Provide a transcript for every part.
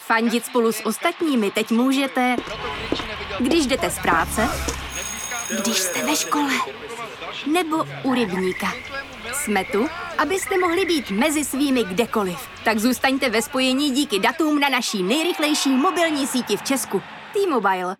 Fandit spolu s ostatními teď můžete, když jdete z práce, když jste ve škole, nebo u rybníka. Jsme tu, abyste mohli být mezi svými kdekoliv. Tak zůstaňte ve spojení díky datům na naší nejrychlejší mobilní síti v Česku. T-Mobile.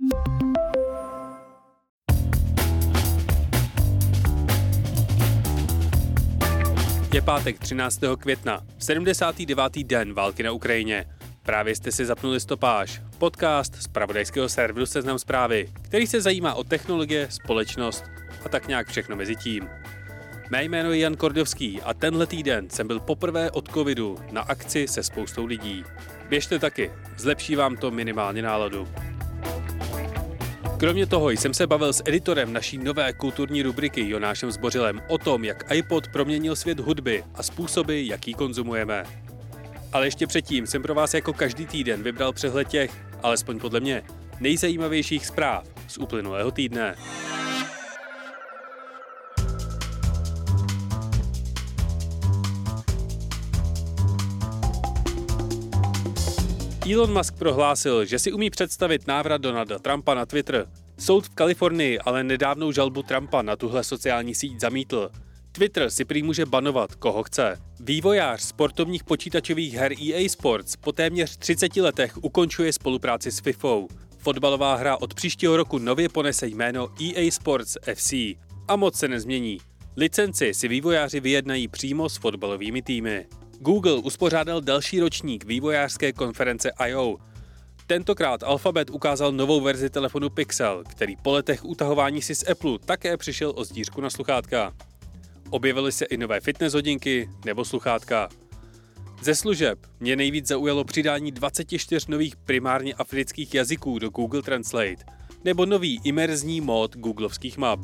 Je pátek 13. května, 79. den války na Ukrajině. Právě jste si zapnuli Stopáž, podcast z zpravodajského serveru Seznam Zprávy, který se zajímá o technologie, společnost a tak nějak všechno mezi tím. Mé jméno je Jan Kordovský a tenhle týden jsem byl poprvé od covidu na akci se spoustou lidí. Běžte taky, zlepší vám to minimálně náladu. Kromě toho jsem se bavil s editorem naší nové kulturní rubriky Jonášem Zbořilem o tom, jak iPod proměnil svět hudby a způsoby, jak ji konzumujeme. Ale ještě předtím jsem pro vás jako každý týden vybral přehled těch, alespoň podle mě, nejzajímavějších zpráv z uplynulého týdne. Elon Musk prohlásil, že si umí představit návrat Donalda Trumpa na Twitter. Soud v Kalifornii ale nedávnou žalobu Trumpa na tuhle sociální síť zamítl. Twitter si prý může banovat, koho chce. Vývojář sportovních počítačových her EA Sports po téměř 30 letech ukončuje spolupráci s FIFou. Fotbalová hra od příštího roku nově ponese jméno EA Sports FC. A moc se nezmění. Licenci si vývojáři vyjednají přímo s fotbalovými týmy. Google uspořádal další ročník vývojářské konference I.O. Tentokrát Alphabet ukázal novou verzi telefonu Pixel, který po letech utahování si z Apple také přišel o sdířku na sluchátka. Objevily se i nové fitness hodinky nebo sluchátka. Ze služeb mě nejvíc zaujalo přidání 24 nových primárně afrických jazyků do Google Translate nebo nový imerzní mód googlovských map.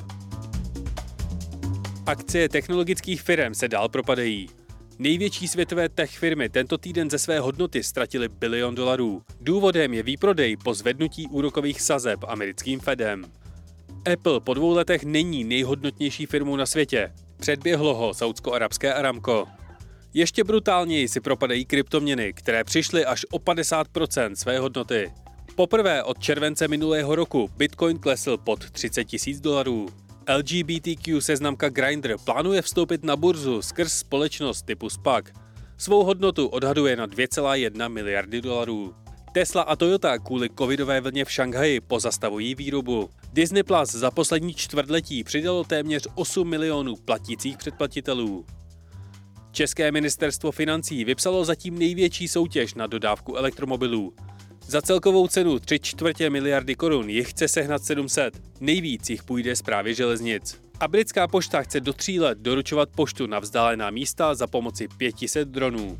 Akcie technologických firem se dál propadají. Největší světové tech firmy tento týden ze své hodnoty ztratily $1 bilion. Důvodem je výprodej po zvednutí úrokových sazeb americkým Fedem. Apple po 2 letech není nejhodnotnější firmou na světě. Předběhlo ho saúdsko-arabské Aramco. Ještě brutálněji si propadají kryptoměny, které přišly až o 50% své hodnoty. Poprvé od července minulého roku Bitcoin klesl pod $30,000. LGBTQ seznamka Grindr plánuje vstoupit na burzu skrz společnost typu SPAC. Svou hodnotu odhaduje na $2,1 miliardy. Tesla a Toyota kvůli covidové vlně v Šanghaji pozastavují výrobu. Disney Plus za poslední čtvrtletí přidalo téměř 8 milionů platících předplatitelů. České ministerstvo financí vypsalo zatím největší soutěž na dodávku elektromobilů. Za celkovou cenu 3/4 miliardy korun jich chce sehnat 700, nejvíc jich půjde Správě železnic. A britská pošta chce do 3 let doručovat poštu na vzdálená místa za pomoci 500 dronů.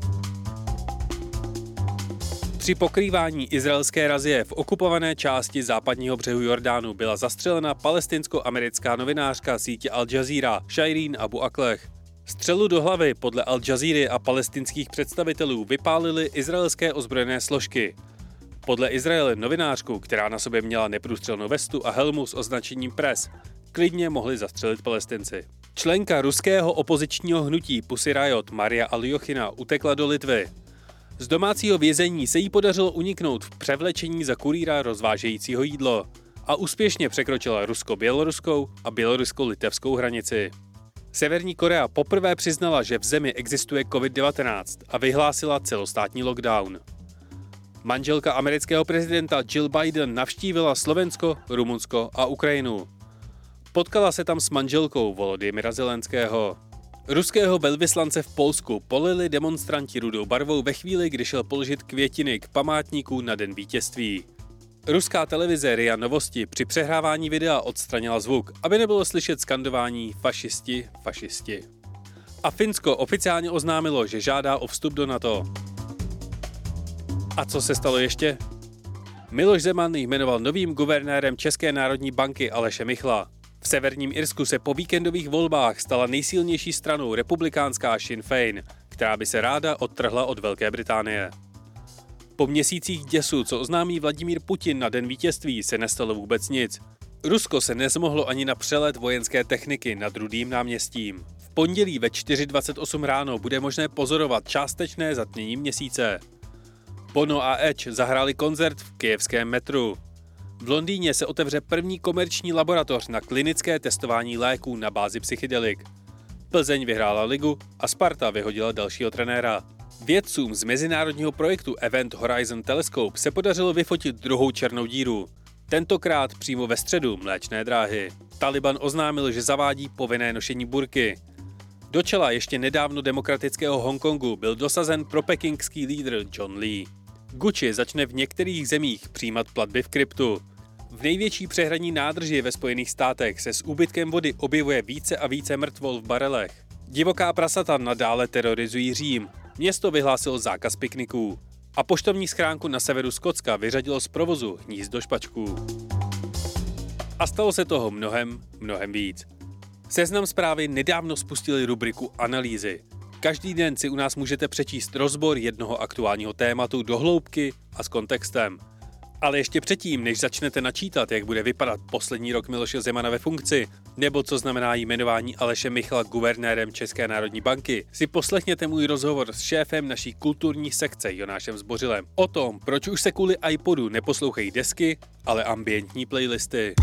Při pokrývání izraelské razie v okupované části západního břehu Jordánu byla zastřelena palestinsko-americká novinářka sítě Al Jazeera Shireen Abu Akleh. Střelu do hlavy podle Al Jazeery a palestinských představitelů vypálily izraelské ozbrojené složky. Podle Izraele novinářku, která na sobě měla neprůstřelnou vestu a helmu s označením Press, klidně mohli zastřelit Palestinci. Členka ruského opozičního hnutí Pussy Riot Maria Aljochina utekla do Litvy. Z domácího vězení se jí podařilo uniknout v převlečení za kurýra rozvážejícího jídlo a úspěšně překročila rusko-běloruskou a bělorusko-litevskou hranici. Severní Korea poprvé přiznala, že v zemi existuje COVID-19 a vyhlásila celostátní lockdown. Manželka amerického prezidenta Jill Biden navštívila Slovensko, Rumunsko a Ukrajinu. Potkala se tam s manželkou Volodymyra Zelenského. Ruského velvyslance v Polsku polili demonstranti rudou barvou ve chvíli, kdy šel položit květiny k památníku na Den vítězství. Ruská televize RIA Novosti při přehrávání videa odstranila zvuk, aby nebylo slyšet skandování fašisti, fašisti. A Finsko oficiálně oznámilo, že žádá o vstup do NATO. A co se stalo ještě? Miloš Zeman jmenoval novým guvernérem České národní banky Aleše Michla. V Severním Irsku se po víkendových volbách stala nejsilnější stranou republikánská Sinn Féin, která by se ráda odtrhla od Velké Británie. Po měsících děsu, co oznámí Vladimír Putin na Den vítězství, se nestalo vůbec nic. Rusko se nezmohlo ani na přelet vojenské techniky nad Rudým náměstím. V pondělí ve 4:28 ráno bude možné pozorovat částečné zatmění měsíce. Bono a Edge zahráli koncert v kyjevském metru. V Londýně se otevře první komerční laboratoř na klinické testování léků na bázi psychedelik. Plzeň vyhrála ligu a Sparta vyhodila dalšího trenéra. Vědcům z mezinárodního projektu Event Horizon Telescope se podařilo vyfotit druhou černou díru. Tentokrát přímo ve středu Mléčné dráhy. Taliban oznámil, že zavádí povinné nošení burky. Do čela ještě nedávno demokratického Hongkongu byl dosazen propekingský lídr John Lee. Gucci začne v některých zemích přijímat platby v kryptu. V největší přehradní nádrži ve Spojených státech se s úbytkem vody objevuje více a více mrtvol v barelech. Divoká prasata nadále terorizují Řím. Město vyhlásilo zákaz pikniků. A poštovní schránku na severu Skotska vyřadilo z provozu hnízdo špačků. A stalo se toho mnohem víc. Seznam Zprávy nedávno spustili rubriku Analýzy. Každý den si u nás můžete přečíst rozbor jednoho aktuálního tématu do hloubky a s kontextem. Ale ještě předtím, než začnete načítat, jak bude vypadat poslední rok Miloše Zemana ve funkci, nebo co znamená jmenování Aleše Michala guvernérem České národní banky, si poslechněte můj rozhovor s šéfem naší kulturní sekce Jonášem Zbořilem o tom, proč už se kvůli iPodu neposlouchají desky, ale ambientní playlisty.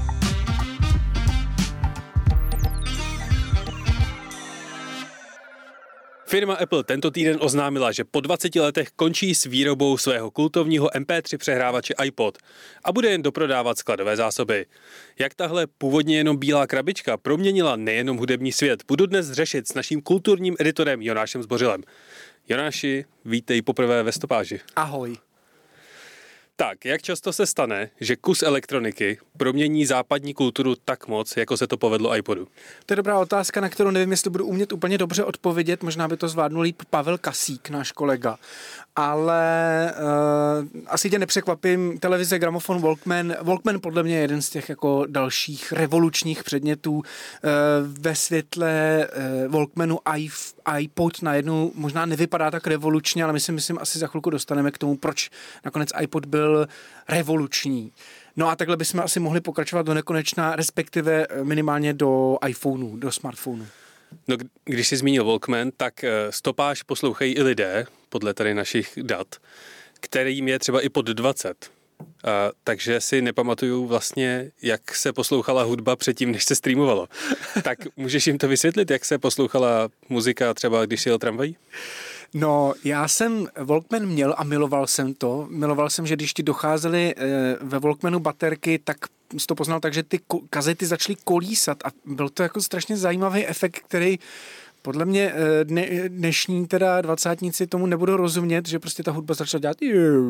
Firma Apple tento týden oznámila, že po 20 letech končí s výrobou svého kultovního MP3 přehrávače iPod a bude jen doprodávat skladové zásoby. Jak tahle původně jenom bílá krabička proměnila nejenom hudební svět, budu dnes řešit s naším kulturním editorem Jonášem Zbořilem. Jonáši, vítej poprvé ve Stopáži. Ahoj. Tak, jak často se stane, že kus elektroniky promění západní kulturu tak moc, jako se to povedlo iPodu? To je dobrá otázka, na kterou nevím, jestli budu umět úplně dobře odpovědět. Možná by to zvládnul líp Pavel Kasík, náš kolega. Ale asi tě nepřekvapím, televize, gramofon, Walkman podle mě je jeden z těch jako dalších revolučních předmětů. Ve světle Walkmanu iPod najednou možná nevypadá tak revolučně, ale my si myslím, asi za chvilku dostaneme k tomu, proč nakonec iPod byl revoluční. No a takhle bychom asi mohli pokračovat do nekonečna, respektive minimálně do iPhoneu, do smartphoneu. No, když jsi zmínil Walkman, tak Stopáž poslouchají i lidé, podle tady našich dat, kterým je třeba i pod 20. Takže si nepamatuju vlastně, jak se poslouchala hudba předtím, než se streamovalo. Tak můžeš jim to vysvětlit, jak se poslouchala muzika třeba, když jel tramvají? No, já jsem Walkman měl a miloval jsem to. Miloval jsem, že když ti docházely ve Walkmanu baterky, tak jsi to poznal tak, že ty kazety začaly kolísat a byl to jako strašně zajímavý efekt, který podle mě dnešní teda dvacátníci tomu nebudou rozumět, že prostě ta hudba začala dělat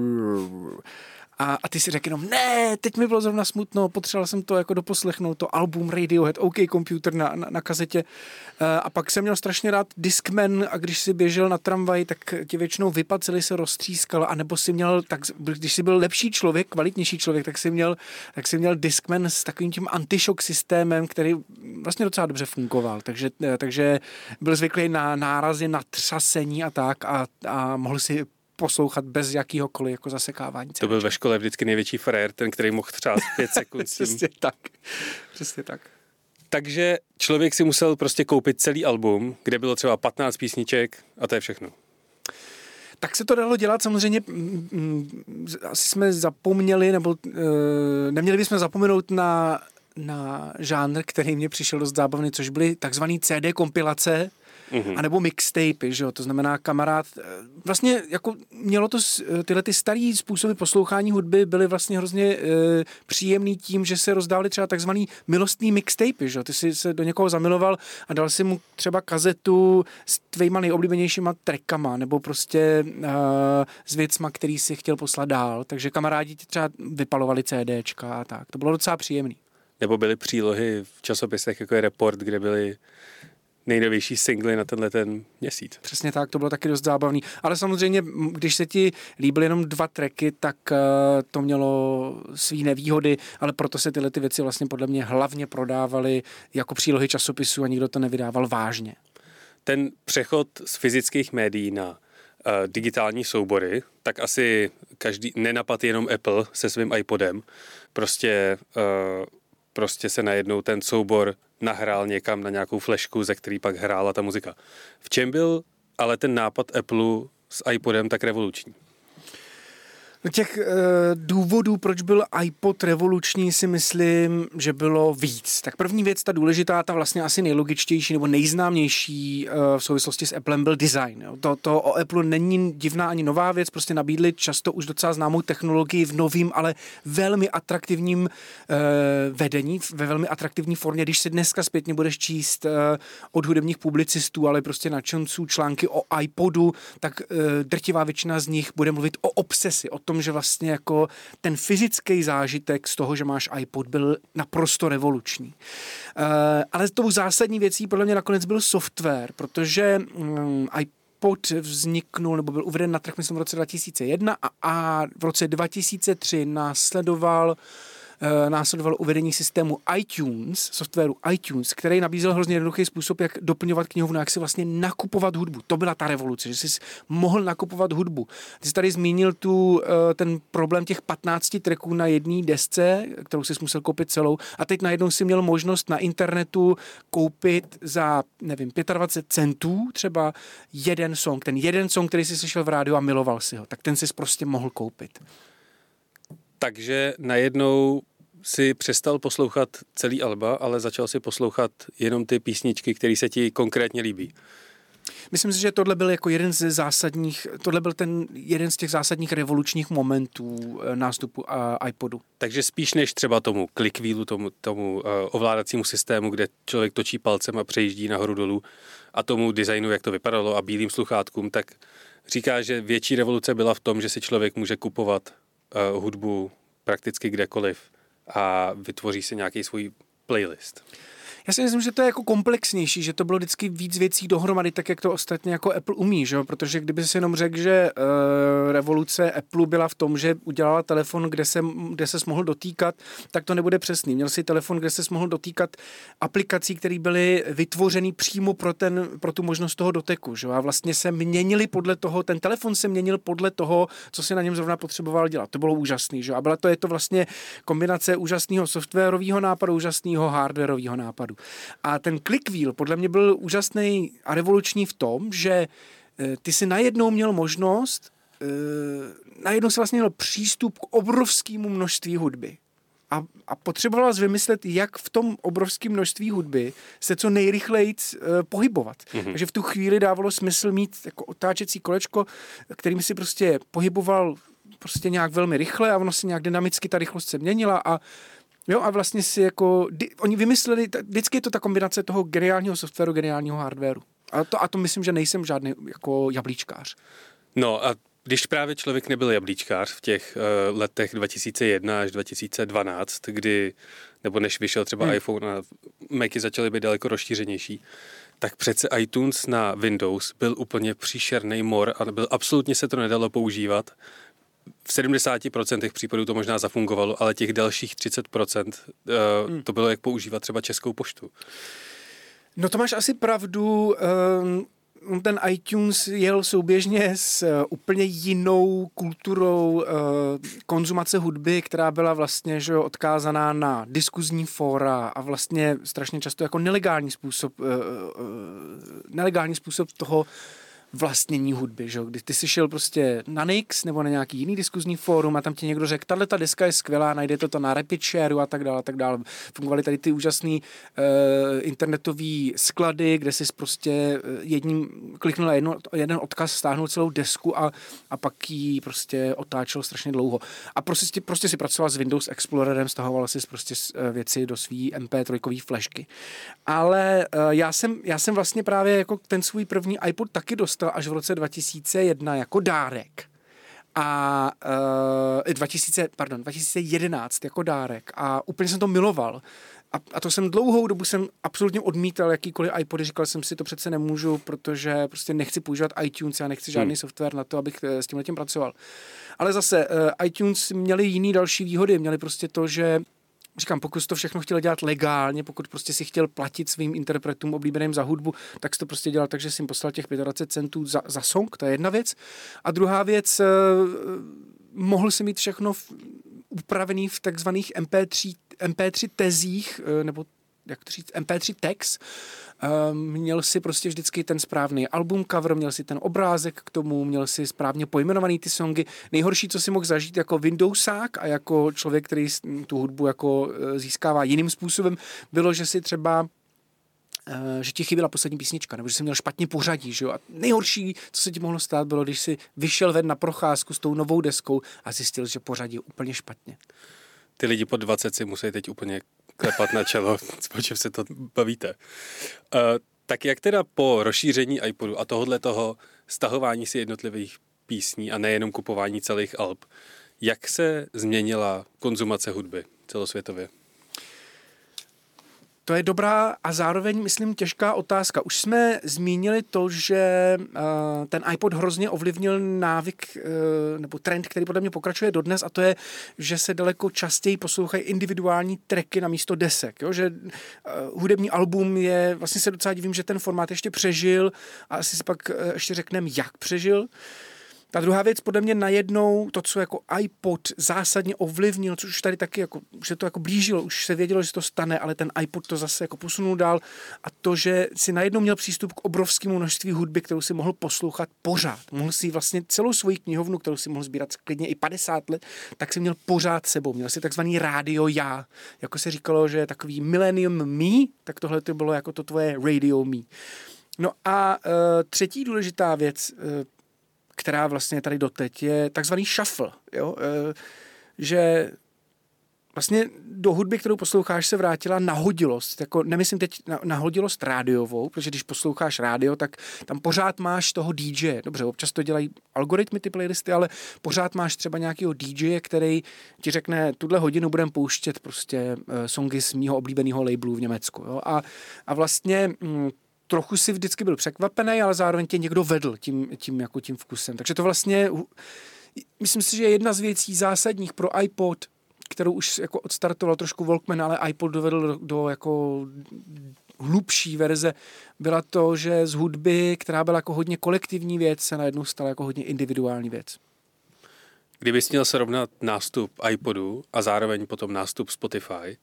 a ty si řekl jenom, ne, teď mi bylo zrovna smutno, potřeboval jsem to jako doposlechnout, to album Radiohead, OK Computer na kazetě. A pak jsem měl strašně rád Discman a když si běžel na tramvaj, tak ti většinou vypadl, celý se roztřískal, anebo si měl, tak, když si byl lepší člověk, kvalitnější člověk, tak si měl Discman s takovým tím antišok systémem, který vlastně docela dobře fungoval. Takže byl zvyklý na nárazy, na třasení a tak a mohl si poslouchat bez jakýhokoliv jako zasekávání. To byl ve škole vždycky největší frajer, ten, který mohl třást 5 sekund. Přesně tak. Takže člověk si musel prostě koupit celý album, kde bylo třeba 15 písniček a to je všechno. Tak se to dalo dělat, samozřejmě asi jsme zapomněli, nebo neměli bychom zapomenout na žánr, který mě přišel dost zábavný, což byly takzvaný CD kompilace, anebo mixtapy, že jo, to znamená kamarád, vlastně jako mělo to, tyhle ty starý způsoby poslouchání hudby byly vlastně hrozně příjemný tím, že se rozdávaly třeba takzvaný milostný mixtapy, že jo, ty si se do někoho zamiloval a dal si mu třeba kazetu s tvejma nejoblíbenějšíma trackama, nebo prostě s věcma, který si chtěl poslat dál, takže kamarádi ti třeba vypalovali CDčka a tak, to bylo docela příjemný. Nebo byly přílohy v časopisech, jako je Report, kde byly nejnovější singly na tenhle ten měsíc. Přesně tak, to bylo taky dost zábavný. Ale samozřejmě, když se ti líbily jenom 2 tracky, tak to mělo svý nevýhody, ale proto se tyhle ty věci vlastně podle mě hlavně prodávaly jako přílohy časopisů a nikdo to nevydával vážně. Ten přechod z fyzických médií na digitální soubory, tak asi každý nenapad jenom Apple se svým iPodem. Prostě se najednou ten soubor nahrál někam na nějakou flešku, ze který pak hrála ta muzika. V čem byl ale ten nápad Apple s iPodem tak revoluční? Těch důvodů, proč byl iPod revoluční, si myslím, že bylo víc. Tak první věc, ta důležitá, ta vlastně asi nejlogičtější nebo nejznámější v souvislosti s Applem byl design. Jo. To o Apple není divná ani nová věc, prostě nabídli často už docela známou technologii v novým, ale velmi atraktivním vedení, ve velmi atraktivní formě. Když si dneska zpětně budeš číst od hudebních publicistů, ale prostě nadšenců články o iPodu, tak drtivá většina z nich bude mluvit o obsesi, o tom, že vlastně jako ten fyzický zážitek z toho, že máš iPod, byl naprosto revoluční. Ale tou zásadní věcí podle mě nakonec byl software, protože iPod vzniknul nebo byl uveden na trh, myslím, v roce 2001 a v roce 2003 následovalo uvedení systému iTunes, softwaru iTunes, který nabízel hrozně jednoduchý způsob, jak doplňovat knihovnu, jak si vlastně nakupovat hudbu. To byla ta revoluce, že jsi mohl nakupovat hudbu. Ty jsi tady zmínil ten problém těch 15 tracků na jedné desce, kterou jsi musel koupit celou, a teď najednou si měl možnost na internetu koupit za, nevím, 25 centů třeba jeden song. Ten jeden song, který jsi slyšel v rádiu a miloval si ho, tak ten jsi prostě mohl koupit. Takže najednou si přestal poslouchat celý alba, ale začal si poslouchat jenom ty písničky, které se ti konkrétně líbí. Myslím si, že tohle byl jako jeden z těch zásadních revolučních momentů nástupu iPodu. Takže spíš než třeba tomu clickwheelu, tomu ovládacímu systému, kde člověk točí palcem a přejíždí nahoru dolů, a tomu designu, jak to vypadalo, a bílým sluchátkům, tak říká, že větší revoluce byla v tom, že si člověk může kupovat hudbu prakticky kdekoliv a vytvoří si nějaký svůj playlist. Já si myslím, že to je jako komplexnější, že to bylo vždycky víc věcí dohromady, tak jak to ostatně jako Apple umí, že? Protože kdyby si jenom řekl, že revoluce Apple byla v tom, že udělala telefon, kde ses mohl dotýkat, tak to nebude přesný. Měl si telefon, kde ses mohl dotýkat aplikací, které byly vytvořeny přímo pro tu možnost toho doteku, že? A vlastně se měnili podle toho, ten telefon se měnil podle toho, co si na něm zrovna potřeboval dělat. To bylo úžasný, že? A je to vlastně kombinace úžasného softwarového nápadu, úžasného hardwarového nápadu. A ten ClickWheel podle mě byl úžasný a revoluční v tom, že ty si najednou měl možnost, najednou si vlastně měl přístup k obrovskému množství hudby. A potřebovala jsi vymyslet, jak v tom obrovském množství hudby se co nejrychleji pohybovat. Takže v tu chvíli dávalo smysl mít jako otáčecí kolečko, kterým si prostě pohyboval prostě nějak velmi rychle a ono si nějak dynamicky ta rychlost se měnila a vlastně si jako, oni vymysleli, vždycky je to ta kombinace toho geniálního softwaru, geniálního hardwaru. A to myslím, že nejsem žádný jako jablíčkář. No a když právě člověk nebyl jablíčkář v těch letech 2001 až 2012, nebo než vyšel třeba iPhone a Macy začaly být daleko rozšířenější, tak přece iTunes na Windows byl úplně příšerný mor a absolutně se to nedalo používat. V 70% případů to možná zafungovalo, ale těch dalších 30% to bylo jak používat třeba Českou poštu. No to máš asi pravdu. Ten iTunes jel souběžně s úplně jinou kulturou konzumace hudby, která byla vlastně odkázaná na diskuzní fóra a vlastně strašně často jako nelegální způsob toho vlastnění hudby, že? Když ty jsi šel prostě na Nix nebo na nějaký jiný diskuzní fórum a tam ti někdo řekl, tato deska je skvělá, najdete to na RapidShareu a tak dále. Fungovaly tady ty úžasný internetový sklady, kde jsi prostě kliknul na jeden odkaz, stáhnul celou desku a pak ji prostě otáčel strašně dlouho. A prostě si pracoval s Windows Explorerem, stahoval si prostě věci do svý MP3 flashky. Ale já jsem vlastně právě jako ten svůj první iPod taky dostal až v roce 2001 jako dárek. 2011 jako dárek. A úplně jsem to miloval. A to jsem dlouhou dobu absolutně odmítal jakýkoliv iPody. Říkal jsem si, to přece nemůžu, protože prostě nechci používat iTunes, já nechci žádný software na to, abych s tímhletím pracoval. Ale zase iTunes měli jiný další výhody. Měli prostě to, že říkám, pokud jsi to všechno chtěl dělat legálně, pokud prostě si chtěl platit svým interpretům oblíbeným za hudbu, tak jsi to prostě dělal tak, že jsi jim poslal těch 25 centů za song, to je jedna věc. A druhá věc, mohl si mít všechno upravený v takzvaných MP3 tezích, nebo jak to říct, MP3 text, měl si prostě vždycky ten správný album cover, měl si ten obrázek k tomu, měl si správně pojmenovaný ty songy. Nejhorší, co si mohl zažít jako Windowsák a jako člověk, který tu hudbu jako získává jiným způsobem, bylo, že si třeba že ti chyběla poslední písnička, nebo že jsi měl špatně pořadí, že jo? A nejhorší, co se ti mohlo stát, bylo, když jsi vyšel ven na procházku s tou novou deskou a zjistil, že pořadí je úplně špatně. Ty lidi pod 20 si musí teď úplně klepat na čelo, o čem se to bavíte. Tak jak teda po rozšíření iPodu a toho stahování si jednotlivých písní a nejenom kupování celých alb, jak se změnila konzumace hudby celosvětově? To je dobrá a zároveň, myslím, těžká otázka. Už jsme zmínili to, že ten iPod hrozně ovlivnil návyk nebo trend, který podle mě pokračuje dodnes, a to je, že se daleko častěji poslouchají individuální tracky na místo desek. Jo? Že hudební album je, vlastně se docela divím, že ten formát ještě přežil a asi si pak ještě řekneme, jak přežil. Ta druhá věc, podle mě najednou to, co jako iPod zásadně ovlivnil, což už tady taky jako, už se to jako blížilo, už se vědělo, že se to stane, ale ten iPod to zase jako posunul dál, a to, že si najednou měl přístup k obrovskému množství hudby, kterou si mohl poslouchat pořád. Mohl si vlastně celou svoji knihovnu, kterou si mohl sbírat klidně i 50 let, tak si měl pořád sebou. Měl si takzvaný rádio já. Jako se říkalo, že takový Millennium Me, tak tohle to bylo jako to tvoje Radio Me. No a třetí důležitá věc, která vlastně tady doteď je takzvaný shuffle, jo? Že vlastně do hudby, kterou posloucháš, se vrátila nahodilost. Jako nemyslím teď nahodilost rádiovou, protože když posloucháš rádio, tak tam pořád máš toho DJ. Dobře, občas to dělají algoritmy, ty playlisty, ale pořád máš třeba nějakého DJ, který ti řekne, tuhle hodinu budeme pouštět prostě songy z mýho oblíbeného labelu v Německu. Jo? A vlastně trochu si vždycky byl překvapený, ale zároveň tě někdo vedl tím vkusem. Takže to vlastně, myslím si, že je jedna z věcí zásadních pro iPod, kterou už jako odstartoval trošku Walkman, ale iPod dovedl do jako hlubší verze, byla to, že z hudby, která byla jako hodně kolektivní věc, se najednou stala jako hodně individuální věc. Kdybys měl srovnat nástup iPodu a zároveň potom nástup Spotify,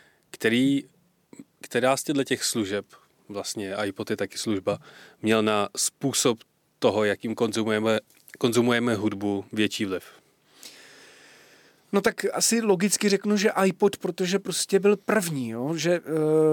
která z těch služeb, vlastně iPod je taky služba, měl na způsob toho, jakým konzumujeme hudbu, větší vliv? No tak asi logicky řeknu, že iPod, protože prostě byl první, jo? Že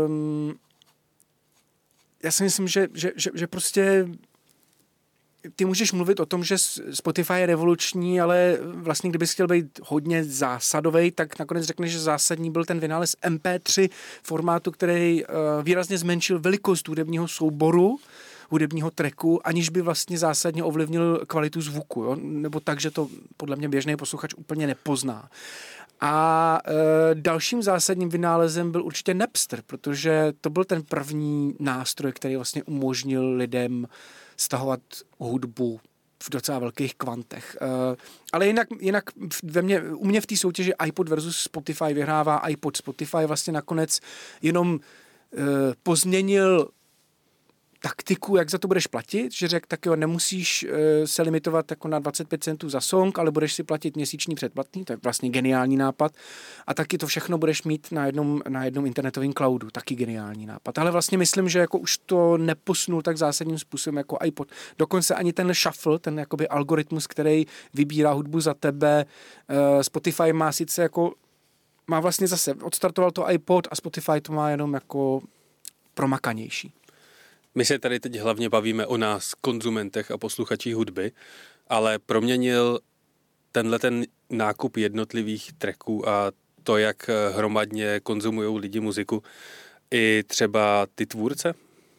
já si myslím, že prostě ty můžeš mluvit o tom, že Spotify je revoluční, ale vlastně kdybys chtěl být hodně zásadový, tak nakonec řekneš, že zásadní byl ten vynález MP3 formátu, který výrazně zmenšil velikost hudebního souboru, hudebního tracku, aniž by vlastně zásadně ovlivnil kvalitu zvuku, jo? Nebo tak, že to podle mě běžný posluchač úplně nepozná. A dalším zásadním vynálezem byl určitě Napster, protože to byl ten první nástroj, který vlastně umožnil lidem stahovat hudbu v docela velkých kvantech. Ale jinak u mě v té soutěži iPod versus Spotify vyhrává iPod. Spotify vlastně nakonec jenom pozměnil taktiku, jak za to budeš platit, že řekl, tak jo, nemusíš se limitovat jako na 25 centů za song, ale budeš si platit měsíční předplatný, to je vlastně geniální nápad, a taky to všechno budeš mít na jednom internetovém cloudu, taky geniální nápad. Ale vlastně myslím, že jako už to neposunul tak zásadním způsobem jako iPod. Dokonce ani ten shuffle, ten jakoby algoritmus, který vybírá hudbu za tebe, Spotify má sice jako, má vlastně zase, odstartoval to iPod a Spotify to má jenom jako promakanější. My se tady teď hlavně bavíme o nás, konzumentech a posluchačích hudby, ale proměnil ten nákup jednotlivých tracků a to, jak hromadně konzumují lidi muziku, i třeba ty tvůrce?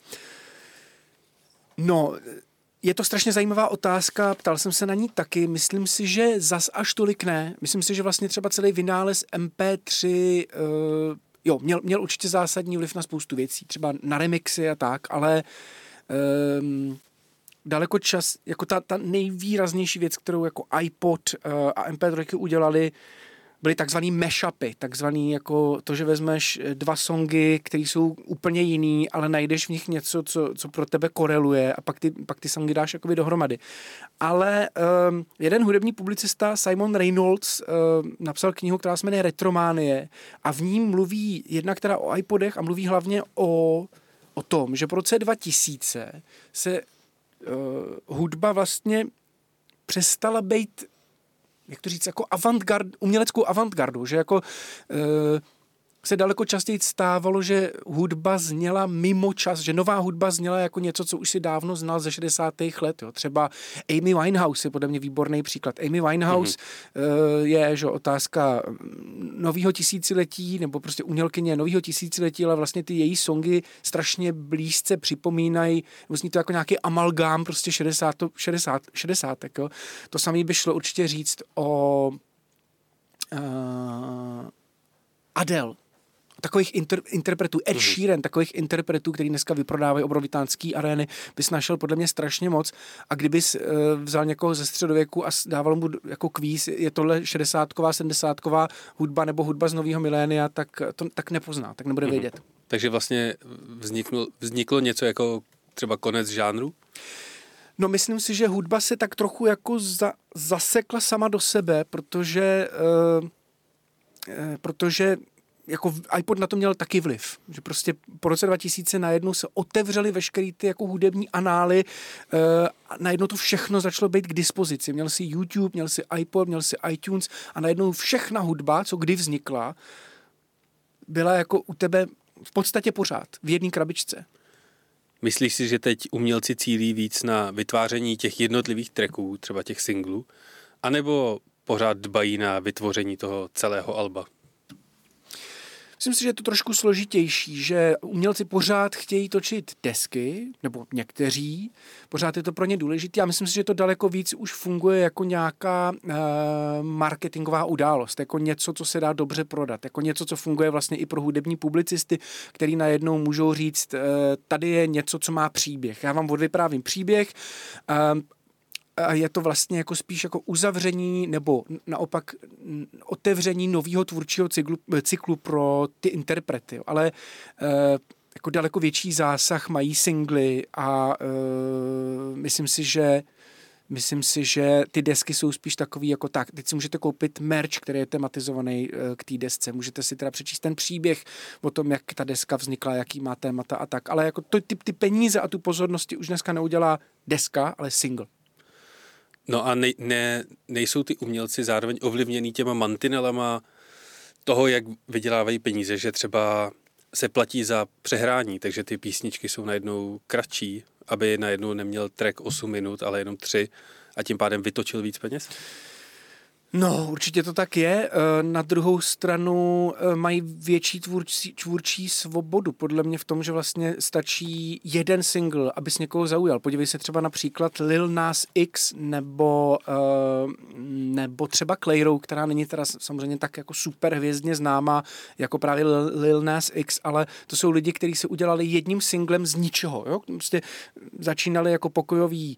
No, je to strašně zajímavá otázka, ptal jsem se na ní taky, myslím si, že zas až tolik ne. Myslím si, že vlastně třeba celý vynález MP3 měl určitě zásadní vliv na spoustu věcí, třeba na remixy a tak, ale daleko jako ta nejvýraznější věc, kterou jako iPod a MP3 udělali, byly takzvaný mashupy, takzvaný jako to, že vezmeš 2 songy, které jsou úplně jiný, ale najdeš v nich něco, co pro tebe koreluje a pak ty songy dáš jakoby dohromady. Ale jeden hudební publicista, Simon Reynolds, napsal knihu, která se jmenuje Retrománie a v ní mluví jednak teda o iPodech a mluví hlavně o tom, že po roce 2000 se hudba vlastně přestala být, jak to říct, jako uměleckou avantgardu, že jako se daleko častěji stávalo, že hudba zněla mimo čas, že nová hudba zněla jako něco, co už si dávno znal ze 60. let. Jo. Třeba Amy Winehouse je podle mě výborný příklad. Amy Winehouse je že otázka nového tisíciletí, nebo prostě umělkyně nového tisíciletí, ale vlastně ty její songy strašně blízce připomínají, vlastně to jako nějaký amalgám prostě 60. Jo. To samé by šlo určitě říct o Adele. Takových interpretů, Ed Sheeran, takových interpretů, který dneska vyprodávají obrovitánský arény, bys našel podle mě strašně moc. A kdybys vzal někoho ze středověku a dával mu jako kvíz, je tohle 60ková, 70ková hudba nebo hudba z nového milénia, tak nepozná, tak nebude vědět. Takže vlastně vzniklo něco jako třeba konec žánru? No myslím si, že hudba se tak trochu jako zasekla sama do sebe, protože jako iPod na to měl taky vliv, že prostě po roce 2000 najednou se otevřely veškeré ty jako hudební anály a najednou to všechno začalo být k dispozici. Měl si YouTube, měl si iPod, měl si iTunes a najednou všechna hudba, co kdy vznikla, byla jako u tebe v podstatě pořád v jedné krabičce. Myslíš si, že teď umělci cílí víc na vytváření těch jednotlivých tracků, třeba těch singlů, anebo pořád dbají na vytvoření toho celého alba? Myslím si, že je to trošku složitější, že umělci pořád chtějí točit desky, nebo někteří, pořád je to pro ně důležité. Já myslím si, že to daleko víc už funguje jako nějaká marketingová událost, jako něco, co se dá dobře prodat, jako něco, co funguje vlastně i pro hudební publicisty, který najednou můžou říct, tady je něco, co má příběh. Já vám odvyprávím příběh, a je to vlastně jako spíš jako uzavření nebo naopak otevření nového tvůrčího cyklu pro ty interprety. Jo. Ale jako daleko větší zásah mají singly a myslím si, že ty desky jsou spíš takový jako tak. Teď si můžete koupit merch, který je tematizovaný k té desce. Můžete si teda přečíst ten příběh o tom, jak ta deska vznikla, jaký má témata a tak. Ale jako ty peníze a tu pozornosti už dneska neudělá deska, ale single. No a nejsou ty umělci zároveň ovlivněný těma mantinelama toho, jak vydělávají peníze, že třeba se platí za přehrání, takže ty písničky jsou najednou kratší, aby najednou neměl track 8 minut, ale jenom 3 a tím pádem vytočil víc peněz? No, určitě to tak je. Na druhou stranu mají větší tvůrčí svobodu. Podle mě v tom, že vlastně stačí jeden single, abys někoho zaujal. Podívej se třeba například Lil Nas X nebo třeba Clairo, která není teda samozřejmě tak jako super hvězdně známá jako právě Lil Nas X, ale to jsou lidi, kteří se udělali jedním singlem z ničeho. Jo? Prostě začínali jako pokojkoví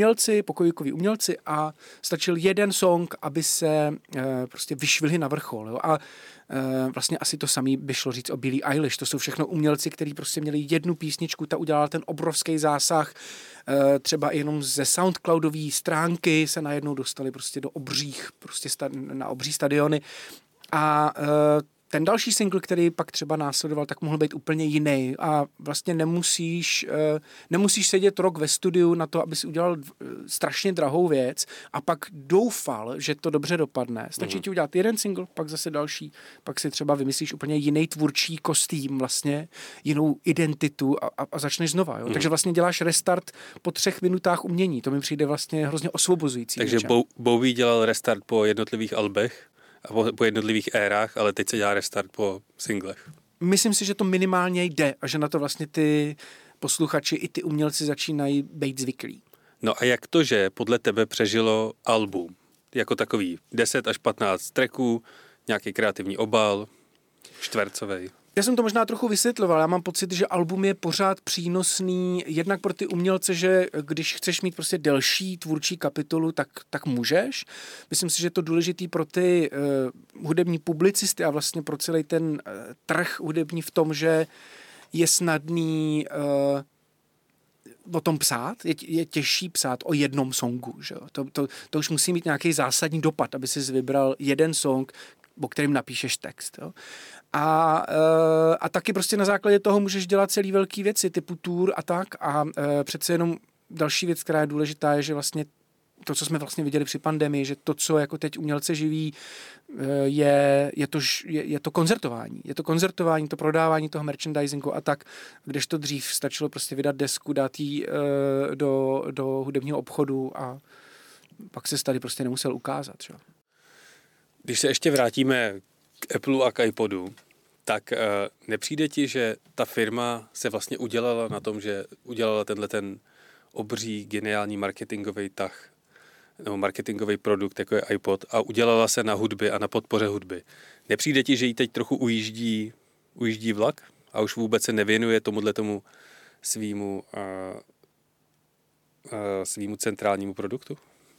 umělci a stačil jeden song, aby se prostě vyšvihli na vrchol. Jo? A vlastně asi to samé by šlo říct o Billie Eilish. To jsou všechno umělci, kteří prostě měli jednu písničku, ta udělala ten obrovský zásah. Třeba jenom ze SoundCloudové stránky se najednou dostali prostě do obřích, prostě na obří stadiony. A ten další single, který pak třeba následoval, tak mohl být úplně jiný a vlastně nemusíš sedět rok ve studiu na to, aby si udělal strašně drahou věc a pak doufal, že to dobře dopadne. Stačí ti udělat jeden single, pak zase další, pak si třeba vymyslíš úplně jiný tvůrčí kostým, vlastně jinou identitu a začneš znova. Jo? Takže vlastně děláš restart po 3 minutách umění. To mi přijde vlastně hrozně osvobozující. Takže Bowie dělal restart po jednotlivých albech a po jednotlivých érách, ale teď se dělá restart po singlech. Myslím si, že to minimálně jde a že na to vlastně ty posluchači i ty umělci začínají být zvyklí. No a jak to, že podle tebe přežilo album? Jako takový 10 až 15 tracků, nějaký kreativní obal, čtvercovej. Já jsem to možná trochu vysvětloval. Já mám pocit, že album je pořád přínosný jednak pro ty umělce, že když chceš mít prostě delší tvůrčí kapitolu, tak můžeš. Myslím si, že je to důležitý pro ty hudební publicisty a vlastně pro celý ten trh hudební v tom, že je snadný o tom psát, je těžší psát o jednom songu. Že? To už musí mít nějaký zásadní dopad, aby si vybral jeden song, o kterým napíšeš text. Jo? A taky prostě na základě toho můžeš dělat celý velký věci, typu tour a tak. A přece jenom další věc, která je důležitá, je, že vlastně to, co jsme vlastně viděli při pandemii, že to, co jako teď umělce živí, je to koncertování. Je to koncertování, to prodávání toho merchandisingu a tak, kdežto dřív stačilo prostě vydat desku, dát ji do hudebního obchodu a pak se tady prostě nemusel ukázat. Že? Když se ještě vrátíme k Apple a k iPodu, tak nepřijde ti, že ta firma se vlastně udělala na tom, že udělala ten obří geniální marketingový tah nebo marketingový produkt, jako je iPod, a udělala se na hudbě a na podpoře hudby. Nepřijde ti, že jí teď trochu ujíždí vlak a už vůbec se nevěnuje tomu svýmu centrálnímu produktu?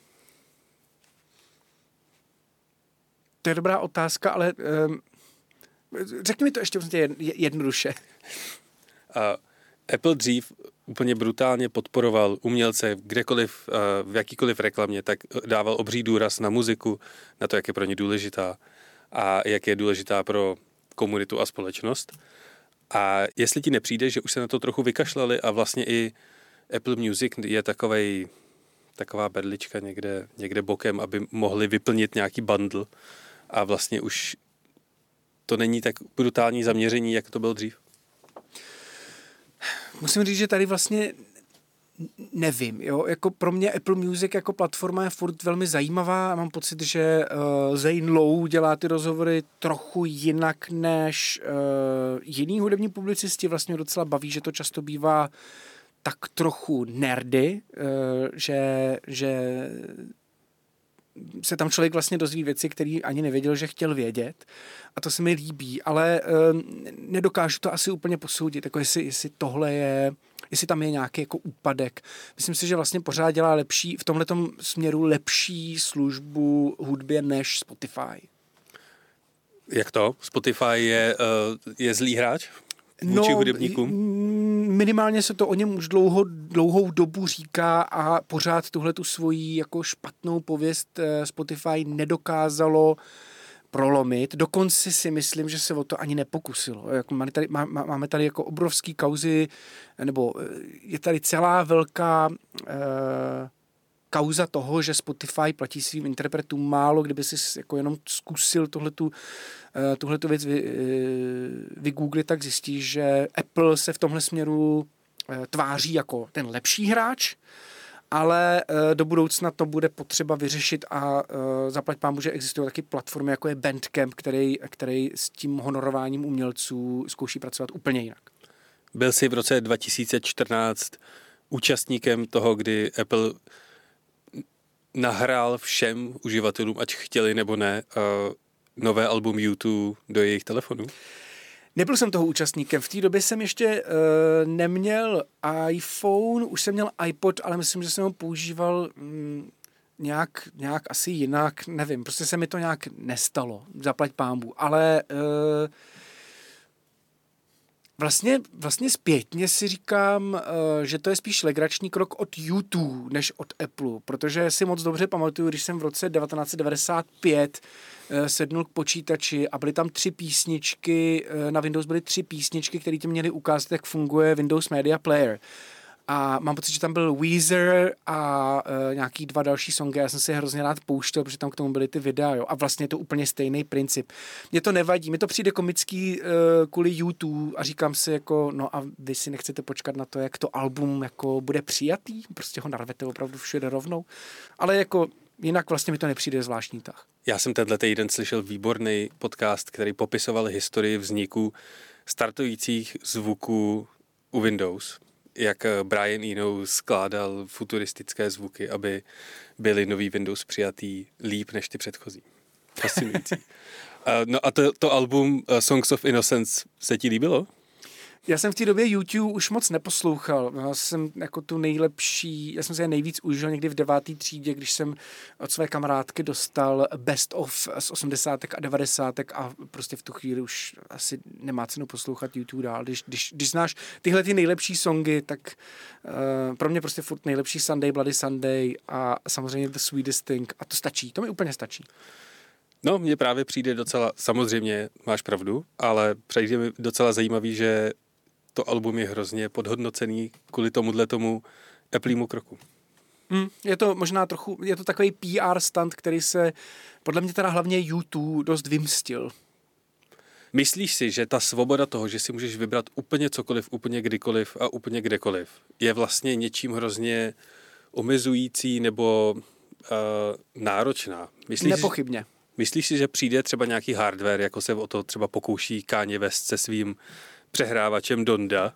To je dobrá otázka, ale řekni mi to ještě jednoduše. Apple dřív úplně brutálně podporoval umělce kdekoliv, v jakýkoliv reklamě, tak dával obří důraz na muziku, na to, jak je pro ně důležitá a jak je důležitá pro komunitu a společnost. A jestli ti nepřijde, že už se na to trochu vykašlali a vlastně i Apple Music je taková berlička někde bokem, aby mohli vyplnit nějaký bundle a vlastně už to není tak brutální zaměření, jak to bylo dřív? Musím říct, že tady vlastně nevím. Jo? Jako pro mě Apple Music jako platforma je furt velmi zajímavá. Mám pocit, že Zane Lowe dělá ty rozhovory trochu jinak než jiný hudební publicisti. Vlastně docela baví, že to často bývá tak trochu nerdy, že se tam člověk vlastně dozví věci, které ani nevěděl, že chtěl vědět. A to se mi líbí, ale nedokážu to asi úplně posoudit, jako jestli tohle je, jestli tam je nějaký jako úpadek. Myslím si, že vlastně pořád dělá v tomhletom směru lepší službu hudbě než Spotify. Jak to? Spotify je zlý hráč vůči hudebníkům? Minimálně se to o něm už dlouhou dobu říká a pořád tuhletu svoji jako špatnou pověst Spotify nedokázalo prolomit. Dokonce si myslím, že se o to ani nepokusilo. Jako máme tady jako obrovský kauzy, nebo je tady celá velká kauza toho, že Spotify platí svým interpretům málo, kdyby si jako jenom zkusil tuhletu věc vygooglit, tak zjistíš, že Apple se v tomhle směru tváří jako ten lepší hráč, ale do budoucna to bude potřeba vyřešit a zaplať pánbůh, že existují taky platformy, jako je Bandcamp, který s tím honorováním umělců zkouší pracovat úplně jinak. Byl jsi v roce 2014 účastníkem toho, kdy Apple nahrál všem uživatelům, ať chtěli nebo ne, nové album U2 do jejich telefonů? Nebyl jsem toho účastníkem. V té době jsem ještě neměl iPhone, už jsem měl iPod, ale myslím, že jsem ho používal nějak asi jinak, nevím, prostě se mi to nějak nestalo, zaplať pánbůh, ale Vlastně zpětně si říkám, že to je spíš legrační krok od YouTube než od Apple, protože si moc dobře pamatuju, když jsem v roce 1995 sednul k počítači a byly tam 3 písničky, na Windows byly 3 písničky, které ti měly ukázat, jak funguje Windows Media Player. A mám pocit, že tam byl Weezer a nějaký 2 další songy. Já jsem si je hrozně rád pouštěl, protože tam k tomu byly ty videa. Jo. A vlastně je to úplně stejný princip. Mně to nevadí. Mně to přijde komický kvůli YouTube a říkám si jako, no a vy si nechcete počkat na to, jak to album jako bude přijatý? Prostě ho narvete opravdu všude rovnou. Ale jako jinak vlastně mi to nepřijde zvláštní tah. Já jsem tenhle týden slyšel výborný podcast, který popisoval historii vzniku startujících zvuků u Windows. Jak Brian Eno skládal futuristické zvuky, aby byly nový Windows přijatý líp než ty předchozí. Fascinující. No a to album Songs of Innocence se ti líbilo? Já jsem v té době YouTube už moc neposlouchal. Já jsem jako já jsem se nejvíc užil někdy v 9. třídě, když jsem od své kamarádky dostal best of z 80. a 90. a prostě v tu chvíli už asi nemá cenu poslouchat YouTube dál. Když znáš tyhle ty nejlepší songy, tak pro mě prostě furt nejlepší Sunday, Bloody Sunday a samozřejmě The Sweetest Thing a to stačí, to mi úplně stačí. No, mně právě přijde docela, samozřejmě máš pravdu, ale přijde mi docela zajímavý, že to album je hrozně podhodnocený kvůli tomu Applemu kroku. Je to možná trochu, je to takový PR stunt, který se podle mě teda hlavně YouTube dost vymstil. Myslíš si, že ta svoboda toho, že si můžeš vybrat úplně cokoliv, úplně kdykoliv a úplně kdekoliv, je vlastně něčím hrozně omezující nebo náročná? Nepochybně. Myslíš si, že přijde třeba nějaký hardware, jako se o to třeba pokouší Kanye West se svým přehrávačem Donda,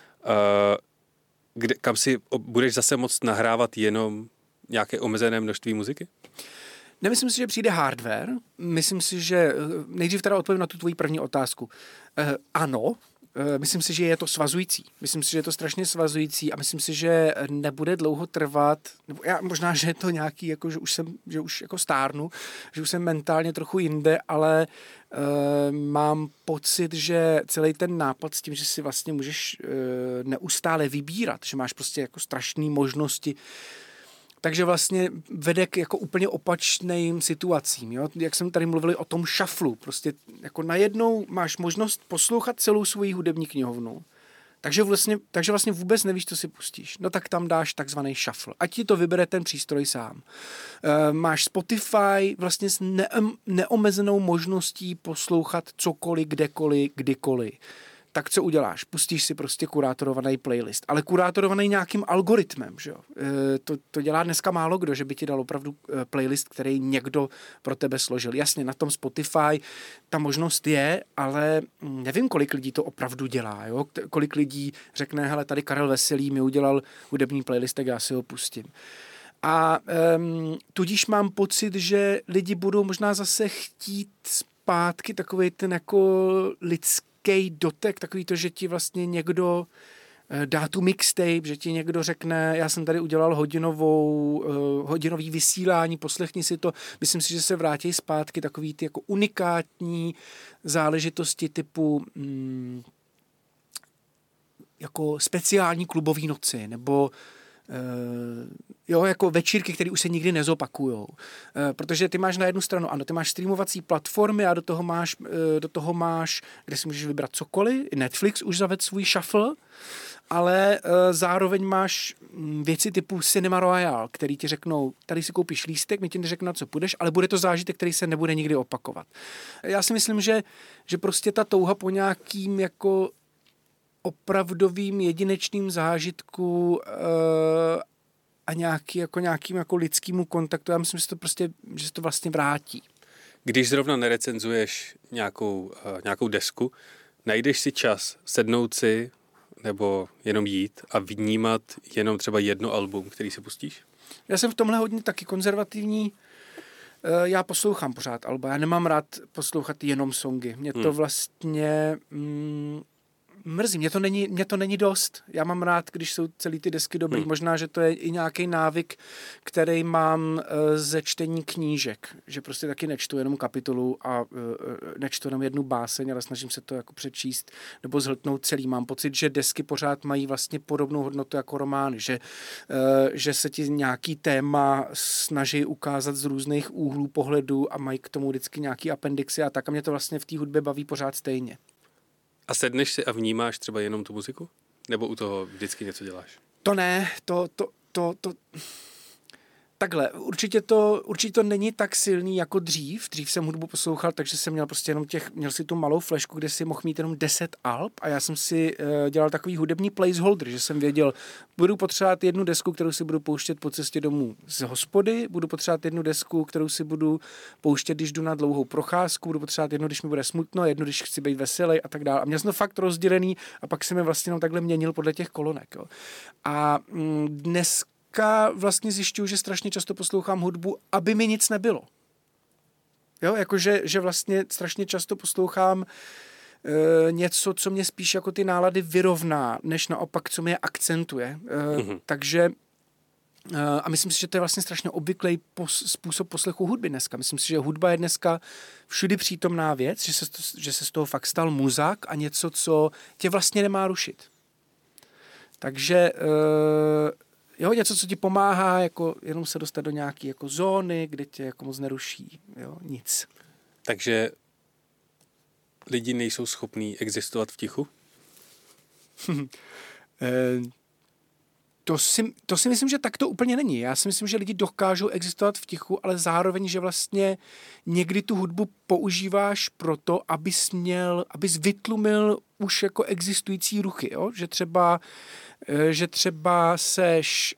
kam si budeš zase moct nahrávat jenom nějaké omezené množství muziky? Nemyslím si, že přijde hardware. Myslím si, že nejdřív teda odpovím na tu tvoji první otázku. Ano, myslím si, že je to svazující. Myslím si, že je to strašně svazující a myslím si, že nebude dlouho trvat, nebo možná, že je to nějaký, jako, že už jako stárnu, že už jsem mentálně trochu jinde, ale mám pocit, že celý ten nápad s tím, že si vlastně můžeš neustále vybírat, že máš prostě jako strašné možnosti, takže vlastně vede k jako úplně opačným situacím. Jo? Jak jsem tady mluvili o tom šaflu, prostě jako najednou máš možnost poslouchat celou svoji hudební knihovnu, takže vlastně vůbec nevíš, co si pustíš. No tak tam dáš takzvaný shuffle. Ať ti to vybere ten přístroj sám. Máš Spotify vlastně s neomezenou možností poslouchat cokoliv, kdekoliv, kdykoliv. Tak co uděláš? Pustíš si prostě kurátorovaný playlist, ale kurátorovaný nějakým algoritmem, že jo? To dělá dneska málo kdo, že by ti dal opravdu playlist, který někdo pro tebe složil. Jasně, na tom Spotify ta možnost je, ale nevím, kolik lidí to opravdu dělá, jo? Kolik lidí řekne, hele, tady Karel Veselý mi udělal hudební playlist, tak já si ho pustím. A tudíž mám pocit, že lidi budou možná zase chtít zpátky takovej ten jako lidský dotek, takový to, že ti vlastně někdo dá tu mixtape, že ti někdo řekne, já jsem tady udělal hodinový vysílání, poslechni si to. Myslím si, že se vrátí zpátky takový ty jako unikátní záležitosti typu jako speciální klubový noci, nebo jako večírky, které už se nikdy nezopakujou. Protože ty máš na jednu stranu, ano, ty máš streamovací platformy a do toho máš, kde si můžeš vybrat cokoliv. Netflix už zavedl svůj shuffle, ale zároveň máš věci typu Cinema Royale, který ti řeknou, tady si koupíš lístek, my ti neřeknou, na co půjdeš, ale bude to zážitek, který se nebude nikdy opakovat. Já si myslím, že prostě ta touha po nějakým jako opravdovým jedinečným zážitku a nějakým jako lidskému kontaktu. Já myslím, že se to vlastně vrátí. Když zrovna nerecenzuješ nějakou desku, najdeš si čas sednout si nebo jenom jít a vnímat jenom třeba jedno album, který si pustíš? Já jsem v tomhle hodně taky konzervativní. Já poslouchám pořád alba. Já nemám rád poslouchat jenom songy. Mě to vlastně mrzí. Mě to není dost. Já mám rád, když jsou celý ty desky dobrý. Možná, že to je i nějaký návyk, který mám ze čtení knížek. Že prostě taky nečtu jenom kapitolu a nečtu jenom jednu báseň, ale snažím se to jako přečíst nebo zhltnout celý. Mám pocit, že desky pořád mají vlastně podobnou hodnotu jako romány. Že se ti nějaký téma snaží ukázat z různých úhlů pohledu a mají k tomu vždycky nějaký appendixy a tak. A mě to vlastně v té hudbě baví pořád stejně. A sedneš si a vnímáš třeba jenom tu muziku? Nebo u toho vždycky něco děláš? To ne, takhle, určitě to není tak silný jako dřív. Dřív jsem hudbu poslouchal, takže jsem měl prostě měl si tu malou flešku, kde si mohl mít jenom 10 alb a já jsem si dělal takový hudební placeholder, že jsem věděl, budu potřebovat jednu desku, kterou si budu pouštět po cestě domů z hospody, budu potřebovat jednu desku, kterou si budu pouštět, když jdu na dlouhou procházku, budu potřebovat jednu, když mi bude smutno, jednu, když chci být veselý a tak dále. A měl jsem to fakt rozdělený a pak jsem je vlastně jenom takhle měnil podle těch kolonek. Jo. A dnes vlastně zjišťuju, že strašně často poslouchám hudbu, aby mi nic nebylo. Jo, jakože že vlastně strašně často poslouchám něco, co mě spíš jako ty nálady vyrovná, než naopak, co mě akcentuje. Takže a myslím si, že to je vlastně strašně obvyklý způsob poslechu hudby dneska. Myslím si, že hudba je dneska všudy přítomná věc, že se z toho fakt stal muzák a něco, co tě vlastně nemá rušit. Takže jo, něco, co ti pomáhá jako jenom se dostat do nějaké jako zóny, kde tě jako moc neruší. Jo, nic. Takže lidi nejsou schopní existovat v tichu? To si myslím, že tak to úplně není. Já si myslím, že lidi dokážou existovat v tichu, ale zároveň, že vlastně někdy tu hudbu používáš proto, abys vytlumil už jako existující ruchy. Jo? Že třeba seš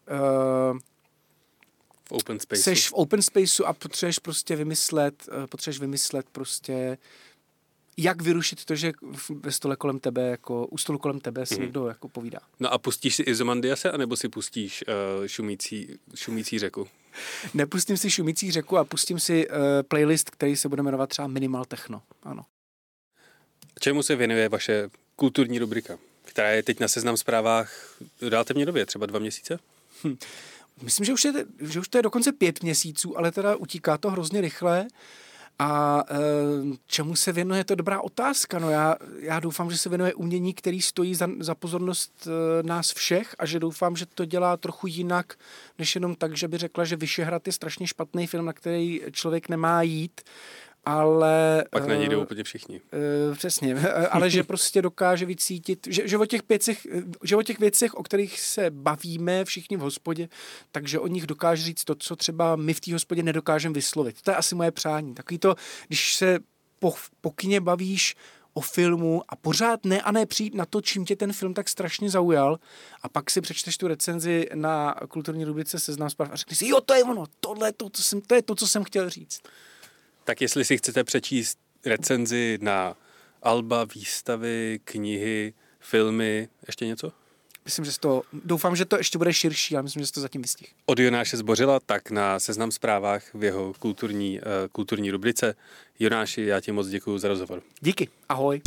v open spaceu a potřebuješ prostě vymyslet prostě jak vyrušit to, že ve stole kolem tebe, jako u stolu kolem tebe si někdo jako povídá. No a pustíš si Izomandiase, anebo si pustíš šumící řeku? Nepustím si šumící řeku a pustím si playlist, který se bude jmenovat třeba Minimal Techno. Ano. Čemu se věnuje vaše kulturní rubrika, která je teď na Seznam Zprávách relativně době, třeba 2 měsíce? Myslím, že už to je dokonce 5 měsíců, ale teda utíká to hrozně rychle. A čemu se věnuje, je to dobrá otázka. No já doufám, že se věnuje umění, který stojí za pozornost nás všech a že doufám, že to dělá trochu jinak, než jenom tak, že by řekla, že Vyšehrad je strašně špatný film, na který člověk nemá jít, ale... Pak na něj jdou úplně všichni. Přesně, ale že prostě dokáže vycítit, že o těch věcech, o kterých se bavíme všichni v hospodě, takže o nich dokáže říct to, co třeba my v té hospodě nedokážeme vyslovit. To je asi moje přání. Takový to, když se po kině bavíš o filmu a pořád ne přijít na to, čím tě ten film tak strašně zaujal a pak si přečteš tu recenzi na kulturní rubrice Seznam Zpráv a řekneš si, jo, to je ono, to je to, co jsem chtěl říct. Tak jestli si chcete přečíst recenzi na alba, výstavy, knihy, filmy, ještě něco? Doufám, že to ještě bude širší, ale myslím, že to zatím vystihl. Od Jonáše Zbořila, tak na Seznam Zprávách v jeho kulturní rubrice. Jonáši, já ti moc děkuju za rozhovor. Díky, ahoj.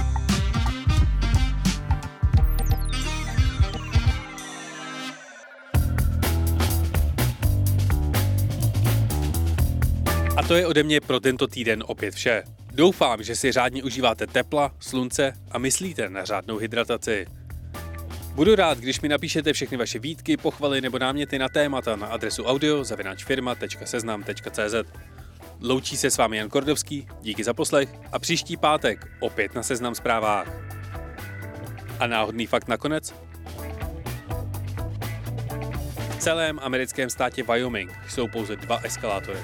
A to je ode mě pro tento týden opět vše. Doufám, že si řádně užíváte tepla, slunce a myslíte na řádnou hydrataci. Budu rád, když mi napíšete všechny vaše výtky, pochvaly nebo náměty na témata na adresu audio@firma.seznam.cz. Loučí se s vámi Jan Kordovský, díky za poslech a příští pátek opět na Seznam Zprávách. A náhodný fakt nakonec? V celém americkém státě Wyoming jsou pouze 2 eskalátory.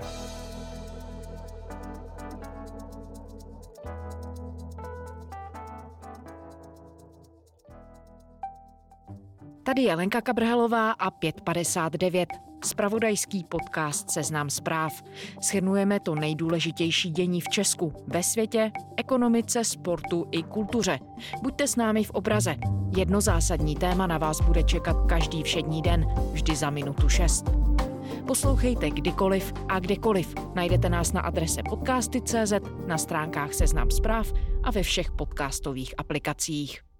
Tady je Lenka Kabrhelová a 5:59. Zpravodajský podcast Seznam Zpráv. Shrnujeme to nejdůležitější dění v Česku, ve světě, ekonomice, sportu i kultuře. Buďte s námi v obraze. Jedno zásadní téma na vás bude čekat každý všední den, vždy za minutu 6. Poslouchejte kdykoliv a kdekoliv. Najdete nás na adrese podcasty.cz, na stránkách Seznam Zpráv a ve všech podcastových aplikacích.